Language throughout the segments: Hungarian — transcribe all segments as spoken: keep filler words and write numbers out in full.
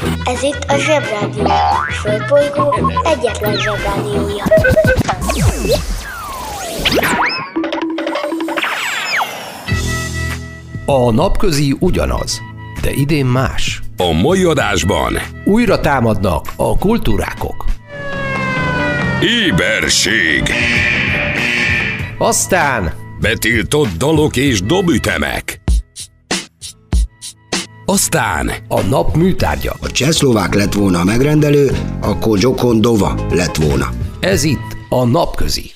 Ez itt a Zsebrádió, a Földbolygó egyetlen Zsebrádiója. A napközi ugyanaz, de idén más. A mai adásban újra támadnak a kultúrákok. Éberség. Aztán betiltott dalok és dobütemek. Aztán a nap műtárgya. Ha csehszlovák lett volna a megrendelő, akkor Dzsokondova lett volna. Ez itt a napközi.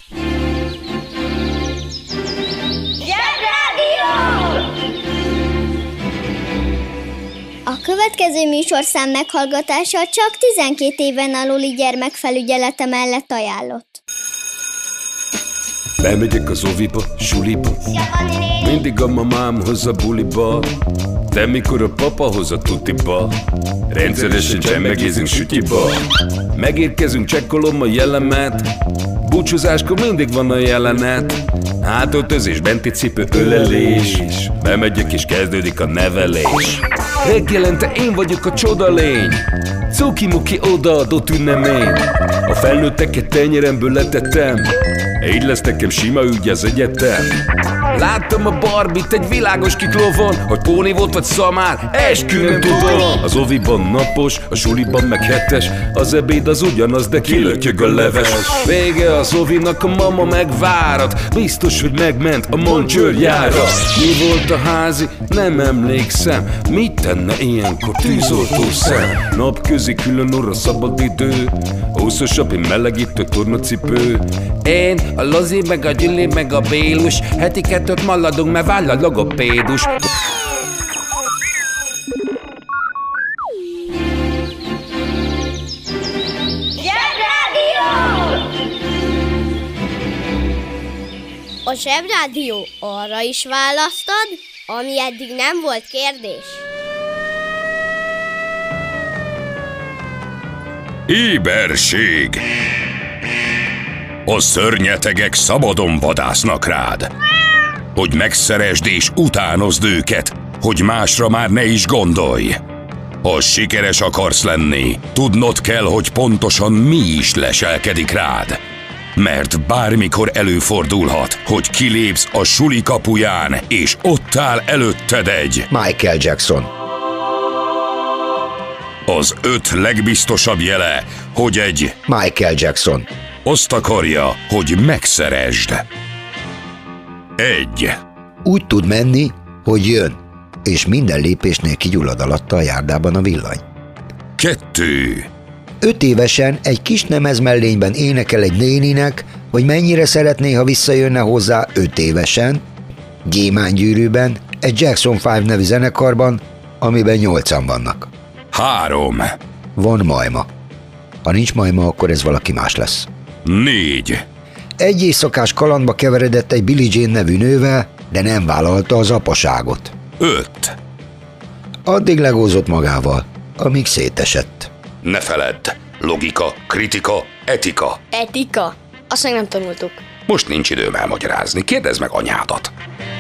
A következő műsorszám meghallgatása csak tizenkét éven aluli gyermekfelügyelete mellett ajánlott. Bemegyek az oviba, suliba, mindig a mamám hoz a buliba, de mikor a papa hoz a tutiba, rendszeresen csemmegézünk sütyiba. Megérkezünk, csekkolom a jellemet, búcsúzáskor mindig van a jelenet. Hátöltözés, benti cipő, ölelés, bemegyek és kezdődik a nevelés. Reggelente én vagyok a csoda lény, cuki-muki odaadott ünnemény. A felnőtteket tenyeremből letettem, így lesz nekem sima ügy az egyetem. Láttam a Barbit egy világos kiklovon, hogy póni volt vagy szamár, eskü nem tudom. Az oviban napos, a suliban meg hetes, az ebéd az ugyanaz, de kilötyög a leves. Vége az ovinak, a mama megvárat, biztos, hogy megment a Moncsőrjára. Mi volt a házi? Nem emlékszem, mit tenne ilyenkor tűzoltó szem? Napközi külön orra szabad idő, húszosabb, én melegítő tornacipő. Én, a Lozi, meg a Gyüli, meg a Bélus, heti kettőt maladunk, mert váll a logopédus. A Zsebrádió arra is választad, ami eddig nem volt kérdés. Éberség. A szörnyetegek szabadon vadásznak rád, hogy megszeresd és utánozd őket, hogy másra már ne is gondolj. Ha sikeres akarsz lenni, tudnod kell, hogy pontosan mi is leselkedik rád. Mert bármikor előfordulhat, hogy kilépsz a suli kapuján, és ott áll előtted egy Michael Jackson. Az öt legbiztosabb jele, hogy egy Michael Jackson azt akarja, hogy megszeresd. Egy. Úgy tud menni, hogy jön, és minden lépésnél kigyullad alatta a járdában a villany. Kettő. Öt évesen egy kis nemezmellényben énekel egy néninek, hogy mennyire szeretné, ha visszajönne hozzá öt évesen, gyémánygyűrűben, egy Jackson öt nevű zenekarban, amiben nyolcan vannak. Három. Van majma. Ha nincs majma, akkor ez valaki más lesz. Négy. Egy éjszakás kalandba keveredett egy Billie Jean nevű nővel, de nem vállalta az apaságot. Öt. Addig legózott magával, amíg szétesett. Ne feledd, logika, kritika, etika. Etika? Azt meg nem tanultuk. Most nincs időm elmagyarázni, kérdezd meg anyádat.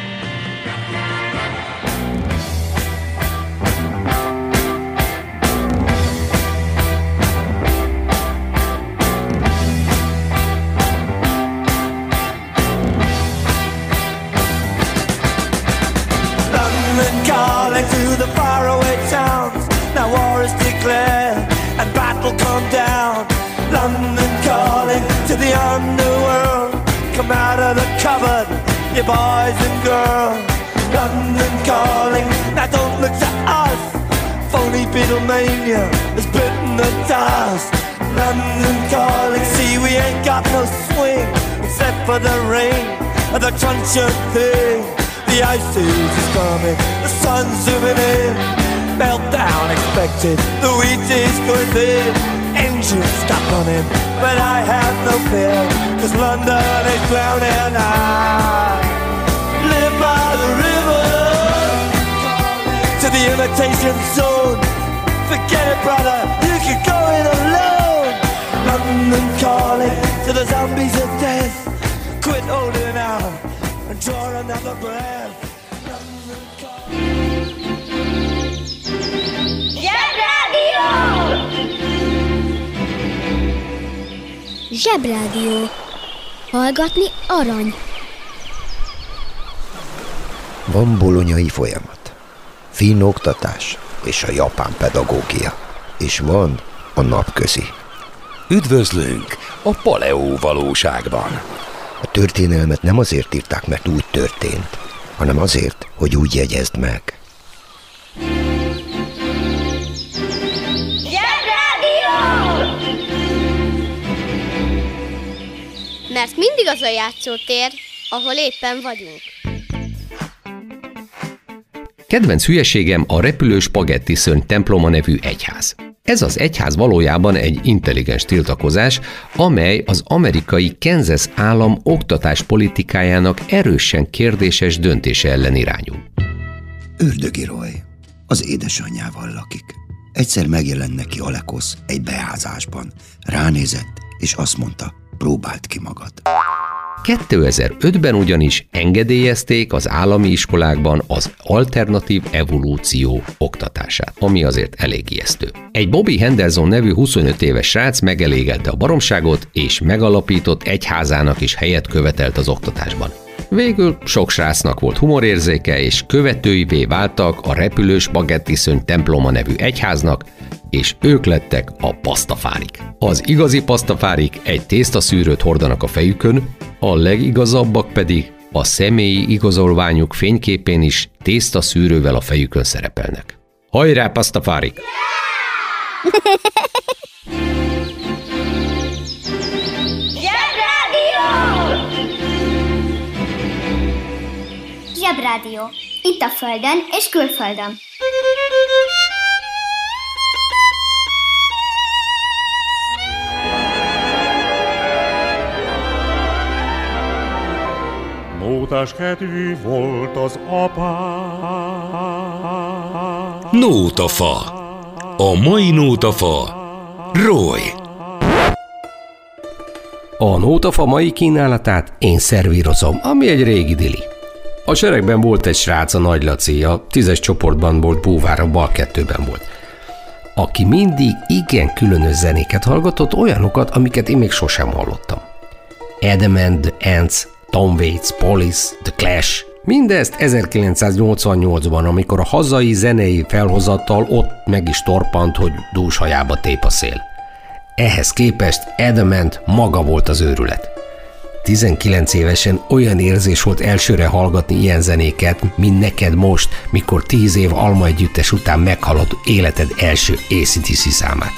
Out of the cupboard, you boys and girls. London calling, now don't look to us. Phony Beatlemania has bitten the dust. London calling, see we ain't got no swing except for the rain and the crunch of thing. The ice age is coming, the sun's zooming in. Meltdown expected, the wheat is going thin. Engines stop running, but I have no fear, cause London is drowning. I live by the river, to the imitation zone. Forget it, brother, you can go it alone. London calling to the zombies of death. Quit holding out and draw another breath. London calling. Zsebrádió! Zsebrádió. Hallgatni arany. Van bolonyai folyamat, finn oktatás és a japán pedagógia. És van a napközi. Üdvözlünk a paleó valóságban. A történelmet nem azért írták, mert úgy történt, hanem azért, hogy úgy jegyezd meg. Mert mindig az a játszótér, ahol éppen vagyunk. Kedvenc hülyeségem a repülő spagetti szörny temploma nevű egyház. Ez az egyház valójában egy intelligens tiltakozás, amely az amerikai Kansas állam oktatáspolitikájának erősen kérdéses döntése ellen irányul. Ördögi Roy az édesanyjával lakik. Egyszer megjelent neki Alekosz egy beházásban. Ránézett, és azt mondta, próbáld ki magad. kétezer-ötben ugyanis engedélyezték az állami iskolákban az alternatív evolúció oktatását, ami azért elég ijesztő. Egy Bobby Henderson nevű huszonöt éves srác megelégelte a baromságot, és megalapított egyházának is helyet követelt az oktatásban. Végül sok srácnak volt humorérzéke, és követőivé váltak a repülő spagetti szörny temploma nevű egyháznak, és ők lettek a pasztafárik. Az igazi pasztafárik egy tésztaszűrőt hordanak a fejükön, a legigazabbak pedig a személyi igazolványuk fényképén is tésztaszűrővel a fejükön szerepelnek. Hajrá, pasztafárik! Zsebrádió. Itt a Földön és külföldön. Nótás kedvű volt az apám. Nótafa. A mai nótafa Roy. A nótafa mai kínálatát én szervírozom, ami egy régi dili. A seregben volt egy srác, a Nagy Laci, a tízes csoportban volt búvár, a bal kettőben volt, aki mindig igen különös zenéket hallgatott, olyanokat, amiket én még sosem hallottam. Adam and the Ants, Tom Waits, Police, The Clash. Mindezt ezerkilencszáznyolcvannyolcban, amikor a hazai zenei felhozattal ott meg is torpant, hogy dús hajába tép a szél. Ehhez képest Adam Ant maga volt az őrület. tizenkilenc évesen olyan érzés volt elsőre hallgatni ilyen zenéket, mint neked most, mikor tíz év Alma együttes után meghalod életed első á cé dé cé számát.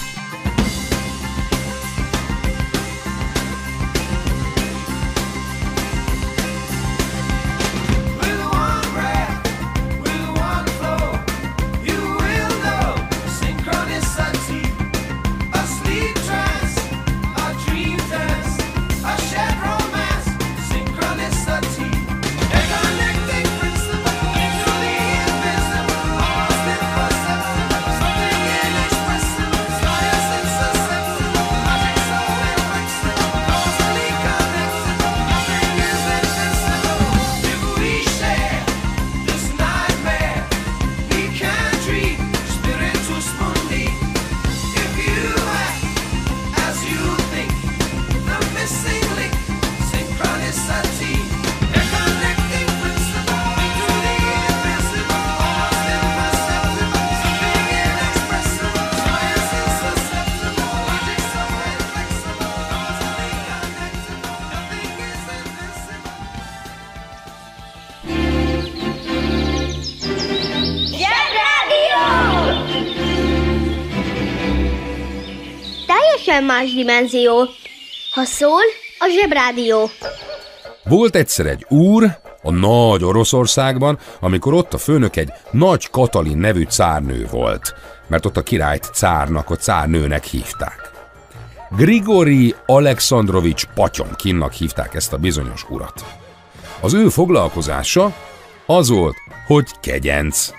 Teljesen más dimenzió. Ha szól, a Zsebrádió. Volt egyszer egy úr a nagy Oroszországban, amikor ott a főnök egy Nagy Katalin nevű cárnő volt, mert ott a királyt cárnak, a cárnőnek hívták. Grigori Alekszandrovics Patyomkinnak hívták ezt a bizonyos urat. Az ő foglalkozása az volt, hogy kegyenc.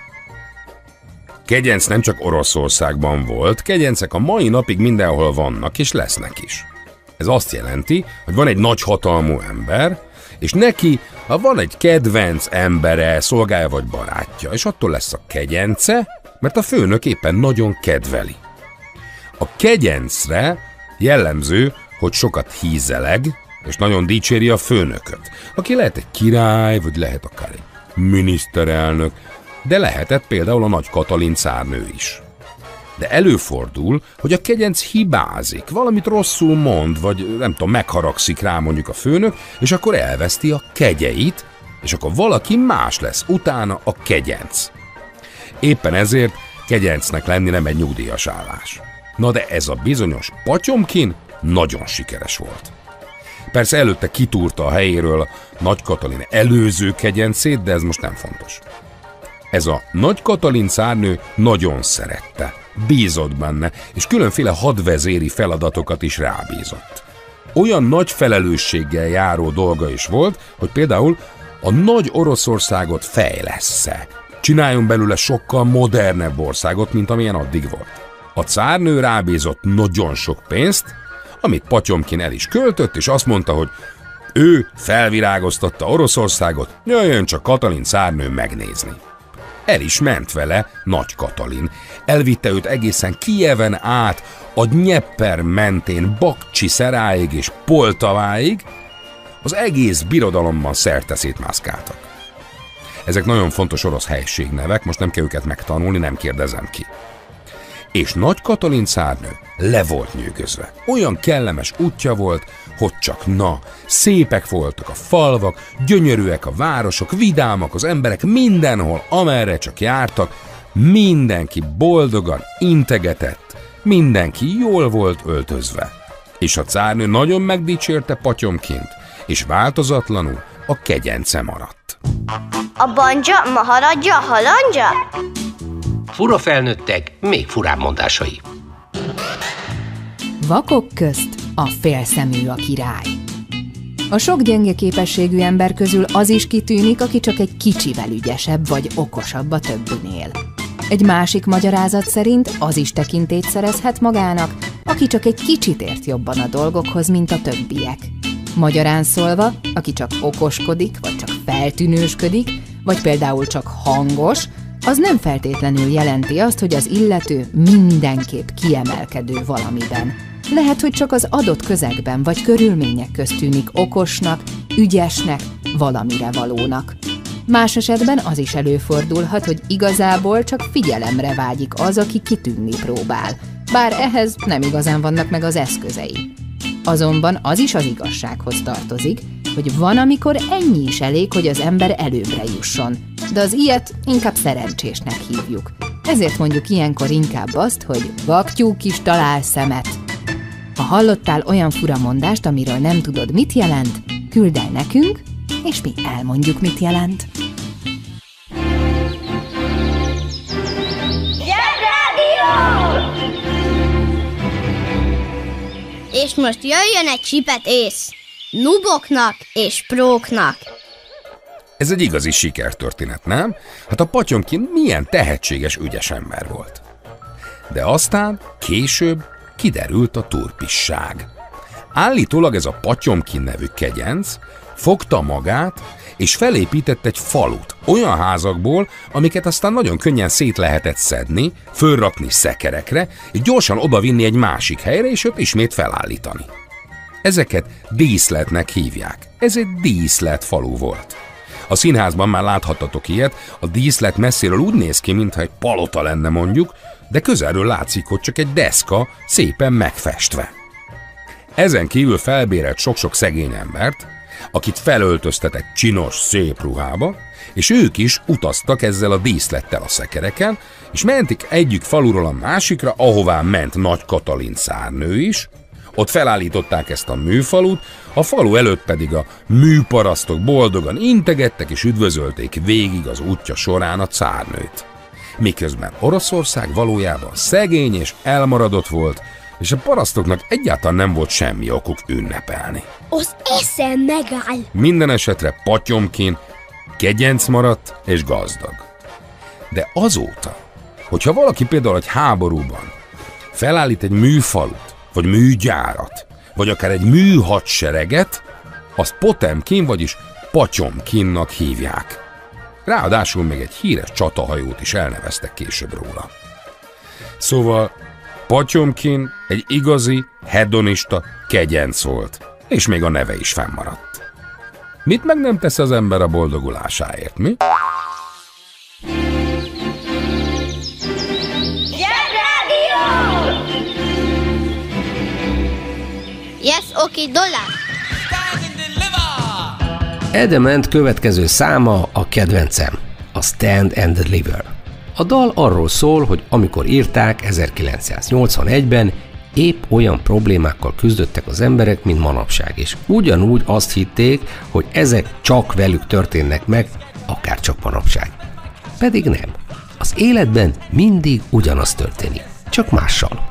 Kegyenc nem csak Oroszországban volt, kegyencek a mai napig mindenhol vannak és lesznek is. Ez azt jelenti, hogy van egy nagyhatalmú ember, és neki, ha van egy kedvenc embere, szolgája vagy barátja, és attól lesz a kegyence, mert a főnök éppen nagyon kedveli. A kegyencre jellemző, hogy sokat hízeleg, és nagyon dicséri a főnököt, aki lehet egy király, vagy lehet akár egy miniszterelnök, de lehetett például a Nagy Katalin cárnő is. De előfordul, hogy a kegyenc hibázik, valamit rosszul mond, vagy nem tudom, megharagszik rá mondjuk a főnök, és akkor elveszti a kegyeit, és akkor valaki más lesz utána a kegyenc. Éppen ezért kegyencnek lenni nem egy nyugdíjas állás. Na de ez a bizonyos Potyomkin nagyon sikeres volt. Persze előtte kitúrta a helyéről Nagy Katalin előző kegyencét, de ez most nem fontos. Ez a Nagy Katalin cárnő nagyon szerette, bízott benne, és különféle hadvezéri feladatokat is rábízott. Olyan nagy felelősséggel járó dolga is volt, hogy például a nagy Oroszországot fejlessze, csináljon belőle sokkal modernebb országot, mint amilyen addig volt. A cárnő rábízott nagyon sok pénzt, amit Potyomkin el is költött, és azt mondta, hogy ő felvirágoztatta Oroszországot, jöjjön csak Katalin cárnő megnézni. El is ment vele Nagy Katalin. Elvitte őt egészen Kijeven át, a Dnyeper mentén Bakcsi Szeráig és Poltaváig, az egész birodalomban szerte szétmászkáltak. Ezek nagyon fontos orosz helységnevek, most nem kell őket megtanulni, nem kérdezem ki. És Nagy Katalin cárnő le volt nyűgözve. Olyan kellemes útja volt, hogy csak na, szépek voltak a falvak, gyönyörűek a városok, vidámak az emberek, mindenhol, amerre csak jártak, mindenki boldogan integetett, mindenki jól volt öltözve. És a cárnő nagyon megdicsérte Potyomkint, és változatlanul a kegyence maradt. A banja, maharadja, halandja? Fura felnőttek, még furább mondásai. Vakok közt a félszemű a király. A sok gyenge képességű ember közül az is kitűnik, aki csak egy kicsivel ügyesebb vagy okosabb a többinél. Egy másik magyarázat szerint az is tekintélyt szerezhet magának, aki csak egy kicsit ért jobban a dolgokhoz, mint a többiek. Magyarán szólva, aki csak okoskodik, vagy csak feltűnősködik, vagy például csak hangos, az nem feltétlenül jelenti azt, hogy az illető mindenképp kiemelkedő valamiben. Lehet, hogy csak az adott közegben vagy körülmények közt tűnik okosnak, ügyesnek, valamire valónak. Más esetben az is előfordulhat, hogy igazából csak figyelemre vágyik az, aki kitűnni próbál, bár ehhez nem igazán vannak meg az eszközei. Azonban az is az igazsághoz tartozik, hogy van, amikor ennyi is elég, hogy az ember előbbre jusson, de az ilyet inkább szerencsésnek hívjuk. Ezért mondjuk ilyenkor inkább azt, hogy vaktyúk is talál szemet. Ha hallottál olyan furamondást, amiről nem tudod, mit jelent, küldd el nekünk, és mi elmondjuk, mit jelent. És most jöjjön egy csipet ész, nuboknak és próknak. Ez egy igazi sikertörténet, nem? Hát a Potyomkin milyen tehetséges, ügyes ember volt. De aztán később kiderült a turpisság. Állítólag ez a Potyomkin nevű kegyenc fogta magát, és felépített egy falut olyan házakból, amiket aztán nagyon könnyen szét lehetett szedni, fölrakni szekerekre, és gyorsan odavinni egy másik helyre, és ott ismét felállítani. Ezeket díszletnek hívják. Ez egy díszlet falu volt. A színházban már láthattatok ilyet, a díszlet messziről úgy néz ki, mintha egy palota lenne mondjuk, de közelről látszik, hogy csak egy deszka szépen megfestve. Ezen kívül felbérelt sok-sok szegény embert, akit felöltöztetek csinos, szép ruhába, és ők is utaztak ezzel a díszlettel a szekereken, és mentek egyik faluról a másikra, ahová ment Nagy Katalin cárnő is. Ott felállították ezt a műfalut, a falu előtt pedig a műparasztok boldogan integettek és üdvözölték végig az útja során a cárnőt. Miközben Oroszország valójában szegény és elmaradott volt, és a parasztoknak egyáltalán nem volt semmi okuk ünnepelni. Az eszem megáll! Minden esetre Potyomkin kegyenc maradt és gazdag. De azóta, hogyha valaki például egy háborúban felállít egy műfalut, vagy műgyárat, vagy akár egy műhadsereget, azt Potemkin, vagyis Potyomkinnak hívják. Ráadásul még egy híres csatahajót is elneveztek később róla. Szóval Potyomkin egy igazi, hedonista kegyenc volt, és még a neve is fennmaradt. Mit meg nem tesz az ember a boldogulásáért, mi? Yes, oké, dollár! Edement következő száma a kedvencem, a Stand and Deliver. A dal arról szól, hogy amikor írták ezerkilencszáznyolcvanegyben, épp olyan problémákkal küzdöttek az emberek, mint manapság, és ugyanúgy azt hitték, hogy ezek csak velük történnek meg, akár csak manapság. Pedig nem. Az életben mindig ugyanaz történik, csak mással.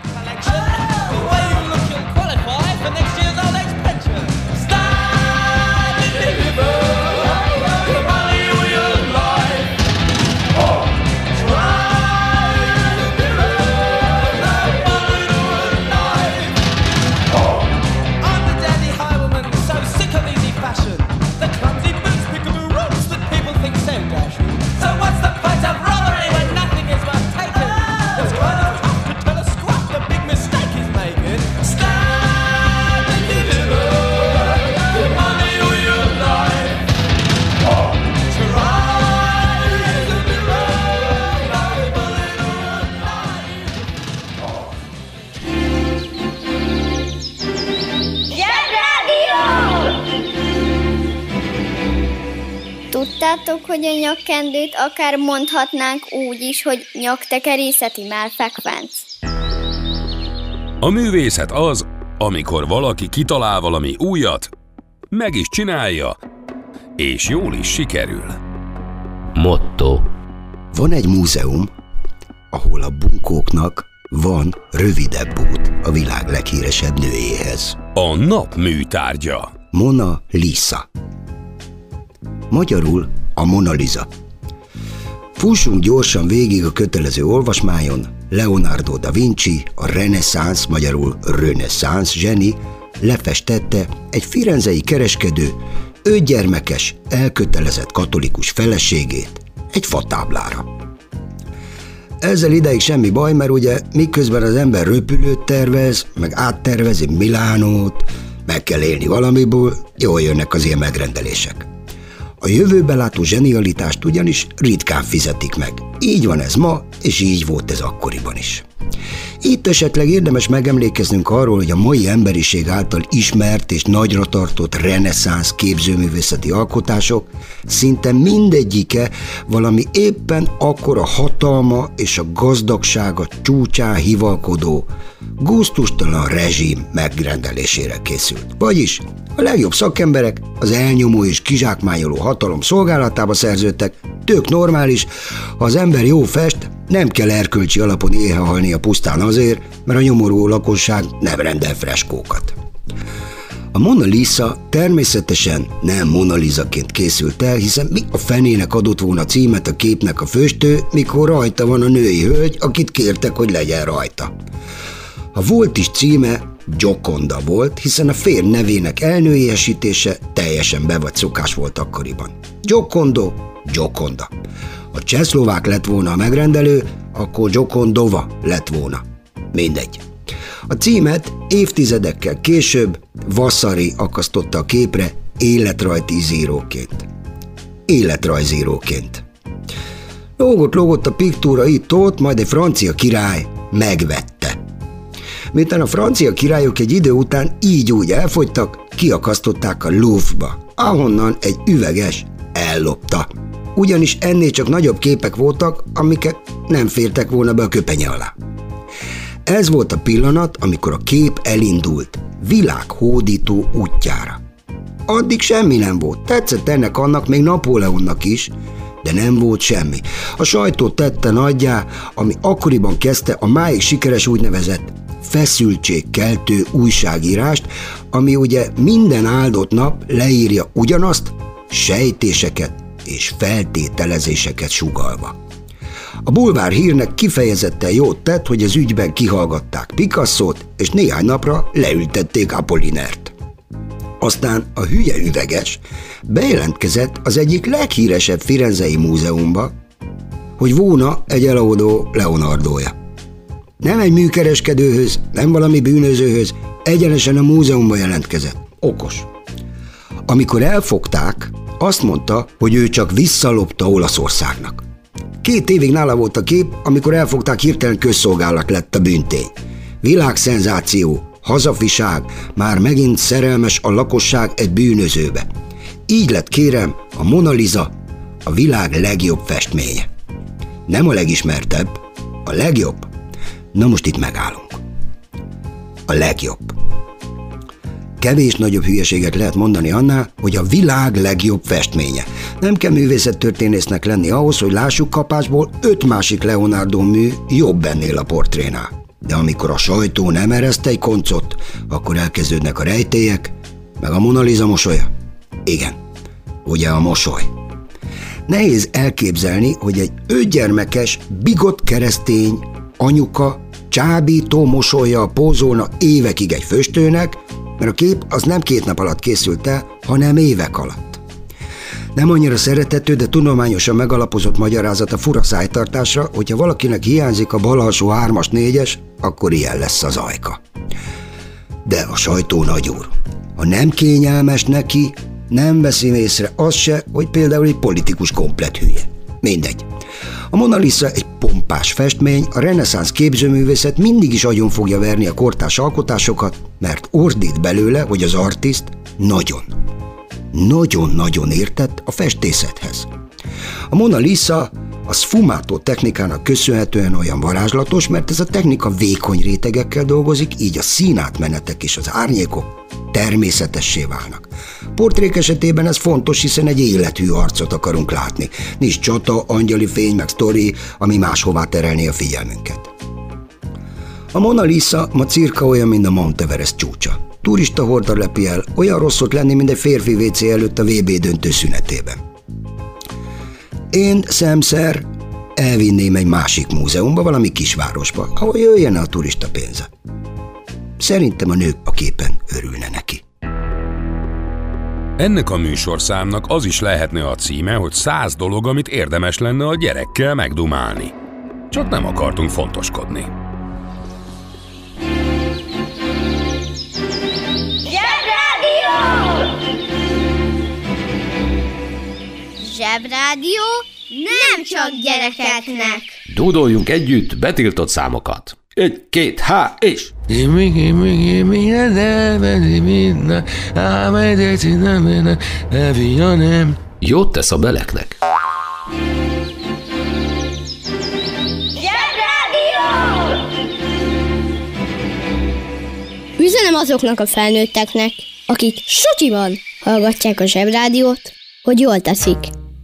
Tudtátok, hogy a nyakkendőt akár mondhatnánk úgy is, hogy nyaktekerészeti málfekvenc? A művészet az, amikor valaki kitalál valami újat, meg is csinálja, és jól is sikerül. Motto. Van egy múzeum, ahol a bunkóknak van rövidebb út a világ leghíresebb nőjéhez. A nap műtárgya. Mona Lisa. Magyarul a Mona Lisa. Fussunk gyorsan végig a kötelező olvasmányon. Leonardo da Vinci, a reneszánsz, magyarul reneszánsz zseni lefestette egy firenzei kereskedő öt gyermekes, elkötelezett katolikus feleségét egy fatáblára. Ezzel ideig semmi baj, mert ugye miközben az ember röpülőt tervez, meg áttervezi Milánót, meg kell élni valamiből, jól jönnek az ilyen megrendelések. A jövőbe látó zsenialitást ugyanis ritkán fizetik meg. Így van ez ma, és így volt ez akkoriban is. Itt esetleg érdemes megemlékeznünk arról, hogy a mai emberiség által ismert és nagyra tartott reneszánsz képzőművészeti alkotások szinte mindegyike valami éppen akkora hatalma és a gazdagsága csúcsán hivalkodó, gusztustalan rezsim megrendelésére készült. Vagyis a legjobb szakemberek az elnyomó és kizsákmányoló hatalom szolgálatába szerződtek, tök normális, ha az ember jó fest, nem kell erkölcsi alapon éhehalnia pusztán azért, mert a nyomorú lakosság nem rendel freskókat. A Mona Lisa természetesen nem Mona Lisaként készült el, hiszen mi a fenének adott volna címet a képnek a főstő, mikor rajta van a női hölgy, akit kértek, hogy legyen rajta. Ha volt is címe, Gioconda volt, hiszen a férj nevének elnőiesítése teljesen bevagy szokás volt akkoriban. Giocondo, Gioconda. Ha csehszlovák lett volna a megrendelő, akkor Giocondova lett volna. Mindegy. A címet évtizedekkel később Vasari akasztotta a képre életrajzíróként. Életrajzíróként. Lógott-lógott a piktúra itt-ott, majd egy francia király megvette. Miután a francia királyok egy idő után így-úgy elfogytak, kiakasztották a Louvre-ba, ahonnan egy üveges ellopta. Ugyanis ennél csak nagyobb képek voltak, amiket nem fértek volna be a köpenye alá. Ez volt a pillanat, amikor a kép elindult világhódító útjára. Addig semmi nem volt, tetszett ennek annak, még Napóleonnak is, de nem volt semmi. A sajtó tette nagyjá, ami akkoriban kezdte a máig sikeres úgynevezett feszültségkeltő újságírást, ami ugye minden áldott nap leírja ugyanazt, sejtéseket és feltételezéseket sugallva. A bulvár hírnek kifejezetten jót tett, hogy az ügyben kihallgatták Picassot, és néhány napra leültették Apollinert. Aztán a hülye üveges bejelentkezett az egyik leghíresebb firenzei múzeumba, hogy volna egy elaudó Leonardója. Nem egy műkereskedőhöz, nem valami bűnözőhöz, egyenesen a múzeumba jelentkezett. Okos. Amikor elfogták, azt mondta, hogy ő csak visszalopta Olaszországnak. Két évig nála volt a kép, amikor elfogták, hirtelen közszolgálat lett a bűntény. Világszenzáció, hazafiság, már megint szerelmes a lakosság egy bűnözőbe. Így lett, kérem, a Mona Lisa a világ legjobb festménye. Nem a legismertebb, a legjobb. Na most itt megállunk. A legjobb. Kevés nagyobb hülyeséget lehet mondani annál, hogy a világ legjobb festménye. Nem kell művészettörténésznek lenni ahhoz, hogy lássuk kapásból öt másik Leonardo mű jobb ennél a portrénál. De amikor a sajtó nem ereszt egy koncot, akkor elkezdődnek a rejtélyek, meg a Mona Lisa mosolya. Igen, ugye a mosoly. Nehéz elképzelni, hogy egy ötgyermekes, bigott keresztény anyuka csábító mosollyal pózolna évekig egy festőnek, mert a kép az nem két nap alatt készült el, hanem évek alatt. Nem annyira szerethető, de tudományosan megalapozott magyarázat a fura szájtartásra, hogyha valakinek hiányzik a bal alsó hármas négyes, akkor ilyen lesz az ajka. De a sajtó nagyúr. Ha nem kényelmes neki, nem veszi észre az se, hogy például egy politikus komplett hülye. Mindegy. A Mona Lisa egy pompás festmény, a reneszánsz képzőművészet mindig is agyon fogja verni a kortárs alkotásokat, mert ordít belőle, hogy az artist nagyon, nagyon-nagyon értett a festészethez. A Mona Lisa a sfumato technikának köszönhetően olyan varázslatos, mert ez a technika vékony rétegekkel dolgozik, így a színátmenetek és az árnyékok természetessé válnak. Portrék esetében ez fontos, hiszen egy élethű arcot akarunk látni. Nincs csata, angyali fény, meg sztori, ami máshová terelné a figyelmünket. A Mona Lisa ma cirka olyan, mint a Mount Everest csúcsa. Turista horda lepi el, olyan rossz ott lenni, mint egy férfi vé cé előtt a vé bé döntő szünetében. Én szemszer elvinném egy másik múzeumba, valami kisvárosba, ahol jöjjön a turista pénze. Szerintem a nők a képen örülne neki. Ennek a műsorszámnak az is lehetne a címe, hogy száz dolog, amit érdemes lenne a gyerekkel megdumálni. Csak nem akartunk fontoskodni. Zsebrádió! Zsebrádió nem csak gyerekeknek. Dúdoljunk együtt betiltott számokat. Egy, két, há, és... Jót tesz a beleknek. Zsebrádió! Üzenem azoknak a felnőtteknek, akik sutyiban hallgatják a Zsebrádiót, hogy jól teszik.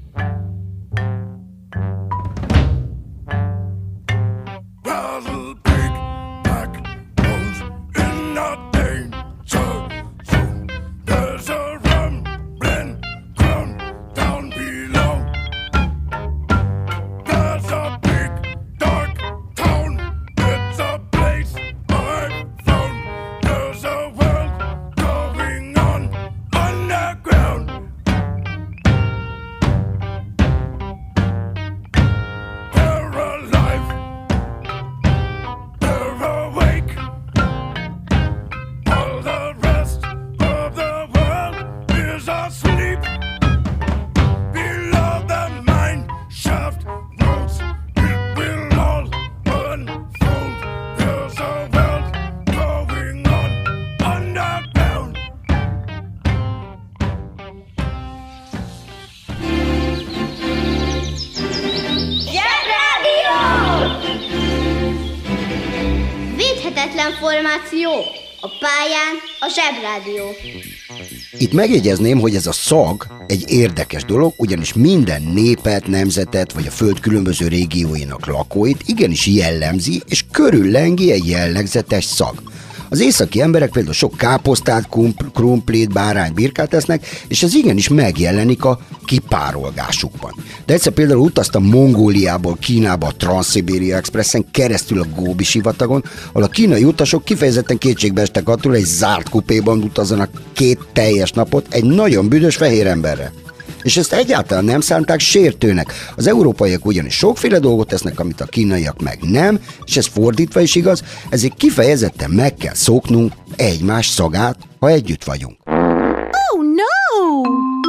Formáció a pályán a Zsebrádió. Itt megjegyezném, hogy ez a szag egy érdekes dolog, ugyanis minden népet, nemzetet vagy a föld különböző régióinak lakóit igenis jellemzi és körüllengi egy jellegzetes szag. Az északi emberek például sok káposztát, krumplit, bárányt, birkát esznek, és ez igenis megjelenik a kipárolgásukban. De egyszer például utaztam Mongóliából Kínába a Transzibéria Expressen keresztül a Góbi sivatagon, ahol a kínai utasok kifejezetten kétségbe estek attól, egy zárt kupéban utazzanak két teljes napot egy nagyon büdös fehér emberre. És ezt egyáltalán nem szánták sértőnek. Az európaiak ugyanis sokféle dolgot tesznek, amit a kínaiak meg nem, és ez fordítva is igaz, ezért kifejezetten meg kell szoknunk egymás szagát, ha együtt vagyunk. Oh no!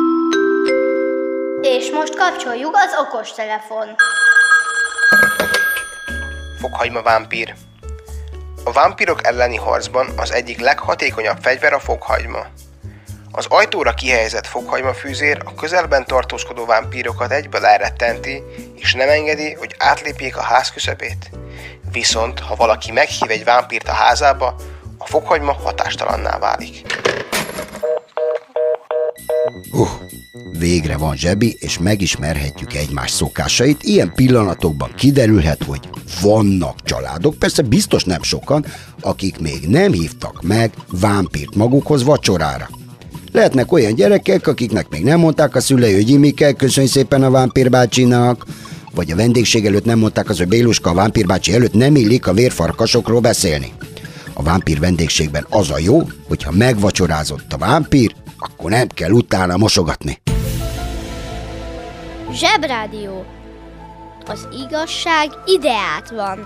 És most kapcsoljuk az okostelefon. Fokhagyma vámpír. A vámpírok elleni harcban az egyik leghatékonyabb fegyver a fokhagyma. Az ajtóra kihelyezett fokhagymafűzér a közelben tartózkodó vámpírokat egyből elrettenti, és nem engedi, hogy átlépjék a ház küszöbét. Viszont, ha valaki meghív egy vámpírt a házába, a fokhagyma hatástalanná válik. Uh, végre van Zsebi, és megismerhetjük egymás szokásait. Ilyen pillanatokban kiderülhet, hogy vannak családok, persze biztos nem sokan, akik még nem hívtak meg vámpírt magukhoz vacsorára. Lehetnek olyan gyerekek, akiknek még nem mondták a szülei, hogy Imike, köszönj szépen a vámpírbácsinak, vagy a vendégség előtt nem mondták az, hogy Béluska, a vámpírbácsi előtt nem illik a vérfarkasokról beszélni. A vámpír vendégségben az a jó, hogyha megvacsorázott a vámpír, akkor nem kell utána mosogatni. Zsebrádió. Az igazság ideát van.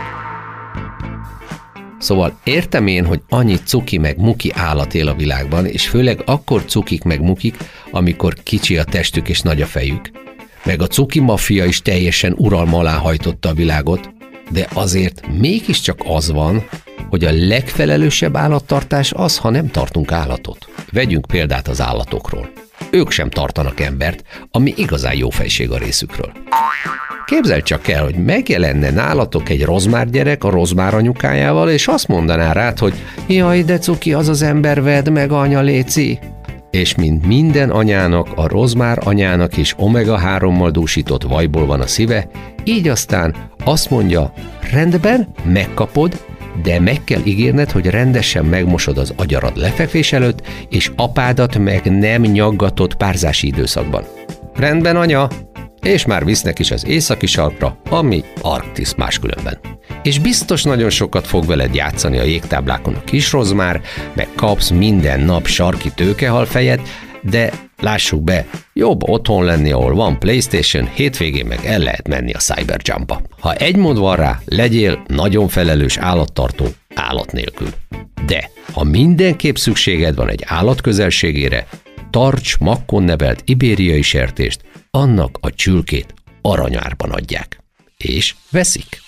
Szóval értem én, hogy annyi cuki meg muki állat él a világban, és főleg akkor cukik meg mukik, amikor kicsi a testük és nagy a fejük. Meg a cuki maffia is teljesen uralma alá hajtotta a világot, de azért mégiscsak az van, hogy a legfelelősebb állattartás az, ha nem tartunk állatot. Vegyünk példát az állatokról. Ők sem tartanak embert, ami igazán jó fejség a részükről. Képzeld csak el, hogy megjelenne nálatok egy rozmár gyerek a rozmár anyukájával, és azt mondaná rád, hogy jaj, de cuki, az az ember, vedd meg, anya, léci. És mint minden anyának, a rozmár anyának is omega hárommal dúsított vajból van a szíve, így aztán azt mondja, rendben, megkapod, de meg kell ígérned, hogy rendesen megmosod az agyarad lefekvés előtt, és apádat meg nem nyaggatod párzási időszakban. Rendben, anya! És már visznek is az északi sarkra, ami Arktisz máskülönben. És biztos nagyon sokat fog veled játszani a jégtáblákon a kis rozmár, meg kapsz minden nap sarki tőkehalfejet, de lássuk be, jobb otthon lenni, ahol van PlayStation, hétvégén meg el lehet menni a Cyberjumpba. Ha egy mód van rá, legyél nagyon felelős állattartó állat nélkül. De ha mindenképp szükséged van egy állat közelségére, tarts makkon nevelt ibériai sertést, annak a csülkét aranyárban adják. És veszik.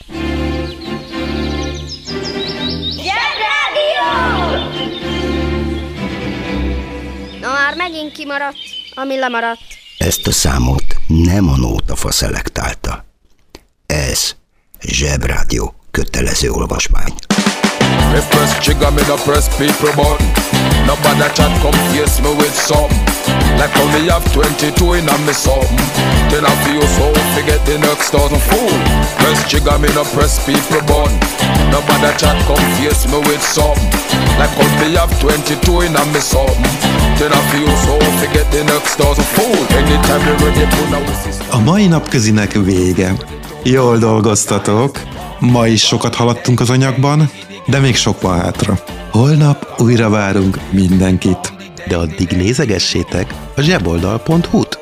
Na már megint kimaradt, ami lemaradt. Ezt a számot nem a Nótafa szelektálta. Ez Zsebrádió kötelező olvasmány. Me press trigger, me no press people button. Nobody chat come face me with some. Like how me have twenty-two in a me something. Then I feel so forget the next thousand fool. Press trigger, me no press people button. Nobody chat come face me with some. Like how me have twenty-two in a me something. Then I feel so forget the next thousand fool. Anytime you ready, put now with. A mai napközinek vége. Jól dolgoztatok. Ma is sokat haladtunk az anyagban, de még sok van hátra. Holnap újra várunk mindenkit, de addig nézegessétek a zseboldal pont hu-t.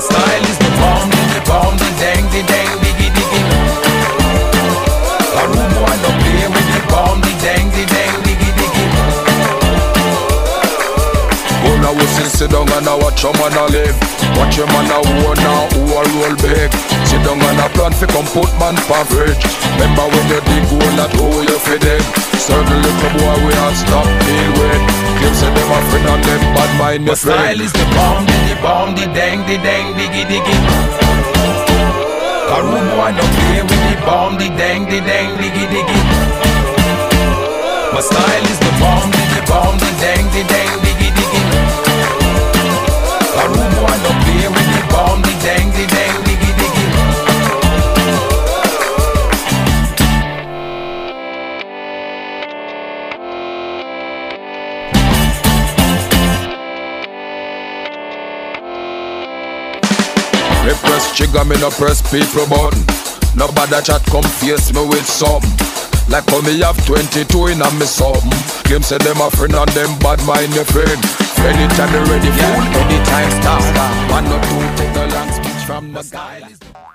Now we sit, sit down and I watch a man a live. Watch a man a war now, who a roll big. Sit down and a plan fi come put man for bridge. Remember when you dig hole that hole you fi dig. Certain little boy we have stop deal with. Claim say them a friend and them bad mind your friend. My style is the bomb, the the bomb, the dang, the dang, diggy diggy. A room boy no play with the bomb, the dang, the dang, diggy diggy. My style is the bomb, the the bomb, the dang, the dang, diggy diggy. A room boy no play with the bomb, the dang, the dang, diggy diggy. Me press trigger, me no press people button. Nobody chat come face me with something. Like how me have twenty-two in a me something. Claim say them a friend and them bad mind your friend. Anytime you're ready, fool, anytime start. One or two, take a long speech from the guy.